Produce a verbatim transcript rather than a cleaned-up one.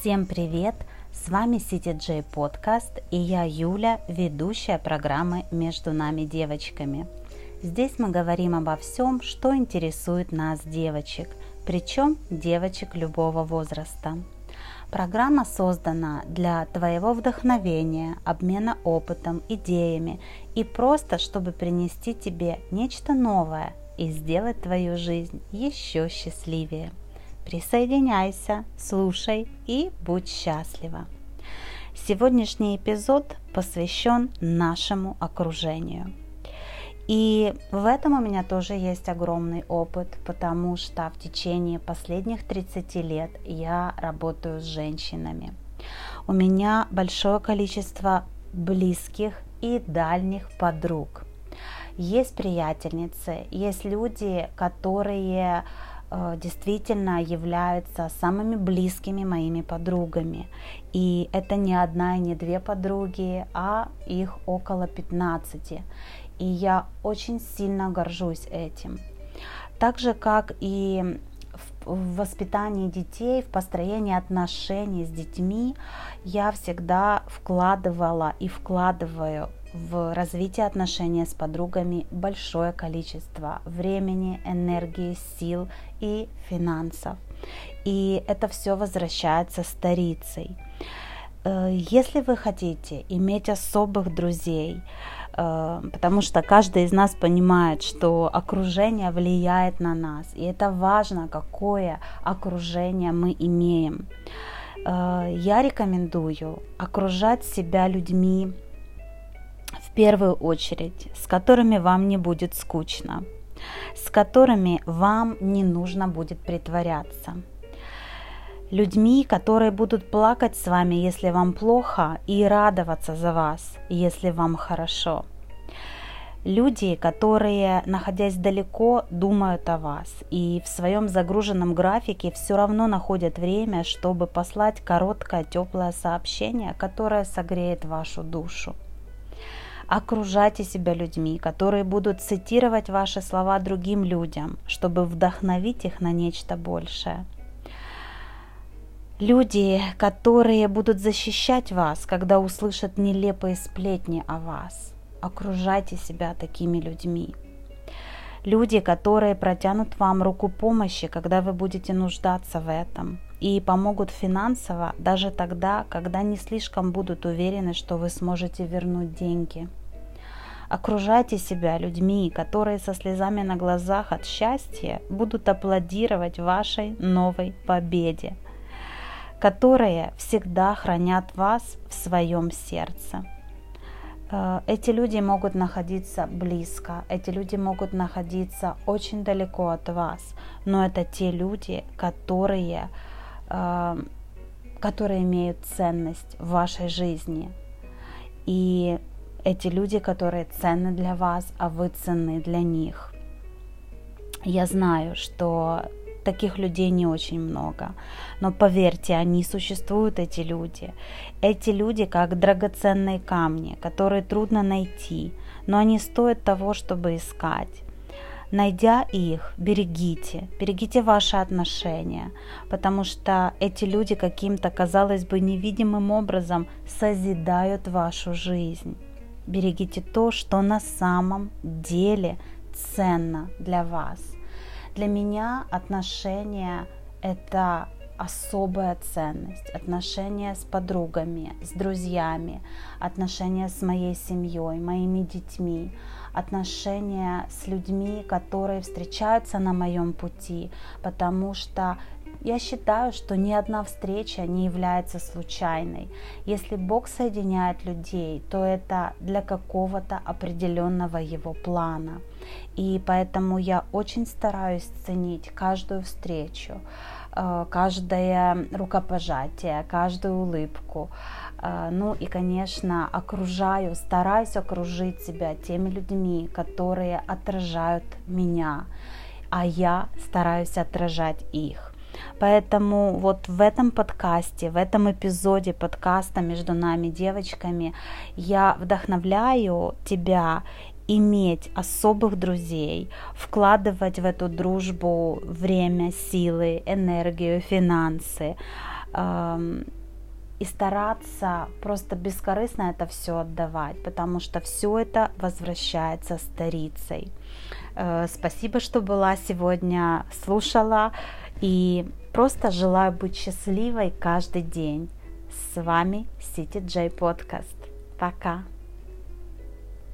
Всем привет! С вами си ти джей Подкаст и я Юля, ведущая программы «Между нами девочками». Здесь мы говорим обо всем, что интересует нас, девочек, причем девочек любого возраста. Программа создана для твоего вдохновения, обмена опытом, идеями и просто, чтобы принести тебе нечто новое и сделать твою жизнь еще счастливее. Присоединяйся, слушай и будь счастлива. Сегодняшний эпизод посвящен нашему окружению. И в этом у меня тоже есть огромный опыт, потому что в течение последних тридцати лет я работаю с женщинами. У меня большое количество близких и дальних подруг. Есть приятельницы, есть люди, которые действительно являются самыми близкими моими подругами. И это не одна и не две подруги, а их около пятнадцати. И я очень сильно горжусь этим. Так же, как и в воспитании детей, в построении отношений с детьми, я всегда вкладывала и вкладываю в развитие отношений с подругами большое количество времени, энергии, сил и финансов. И это все возвращается старицей. Если вы хотите иметь особых друзей, потому что каждый из нас понимает, что окружение влияет на нас, и это важно, какое окружение мы имеем. Я рекомендую окружать себя людьми, в первую очередь, с которыми вам не будет скучно, с которыми вам не нужно будет притворяться. Людьми, которые будут плакать с вами, если вам плохо, и радоваться за вас, если вам хорошо. Люди, которые, находясь далеко, думают о вас и в своем загруженном графике все равно находят время, чтобы послать короткое, теплое сообщение, которое согреет вашу душу. Окружайте себя людьми, которые будут цитировать ваши слова другим людям, чтобы вдохновить их на нечто большее. Люди, которые будут защищать вас, когда услышат нелепые сплетни о вас. Окружайте себя такими людьми. Люди, которые протянут вам руку помощи, когда вы будете нуждаться в этом, и помогут финансово даже тогда, когда не слишком будут уверены, что вы сможете вернуть деньги. Окружайте себя людьми, которые со слезами на глазах от счастья будут аплодировать вашей новой победе, которые всегда хранят вас в своем сердце. Эти люди могут находиться близко, эти люди могут находиться очень далеко от вас, но это те люди, которые, которые имеют ценность в вашей жизни. И эти люди, которые ценны для вас, а вы ценны для них. Я знаю, что таких людей не очень много, но поверьте, они существуют, эти люди. Эти люди как драгоценные камни, которые трудно найти, но они стоят того, чтобы искать. Найдя их, берегите, берегите ваши отношения, потому что эти люди каким-то, казалось бы, невидимым образом созидают вашу жизнь. Берегите то, что на самом деле ценно для вас. Для меня отношения – это особая ценность. Отношения с подругами, с друзьями, отношения с моей семьей, моими детьми, отношения с людьми, которые встречаются на моем пути, потому что я считаю, что ни одна встреча не является случайной. Если Бог соединяет людей, то это для какого-то определенного Его плана. И поэтому я очень стараюсь ценить каждую встречу, каждое рукопожатие, каждую улыбку. Ну и, конечно, окружаю, стараюсь окружить себя теми людьми, которые отражают меня, а я стараюсь отражать их. Поэтому вот в этом подкасте, в этом эпизоде подкаста «Между нами девочками» я вдохновляю тебя иметь особых друзей, вкладывать в эту дружбу время, силы, энергию, финансы, и стараться просто бескорыстно это все отдавать, потому что все это возвращается старицей. Спасибо, что была сегодня, слушала, и просто желаю быть счастливой каждый день. С вами City J Podcast. Пока!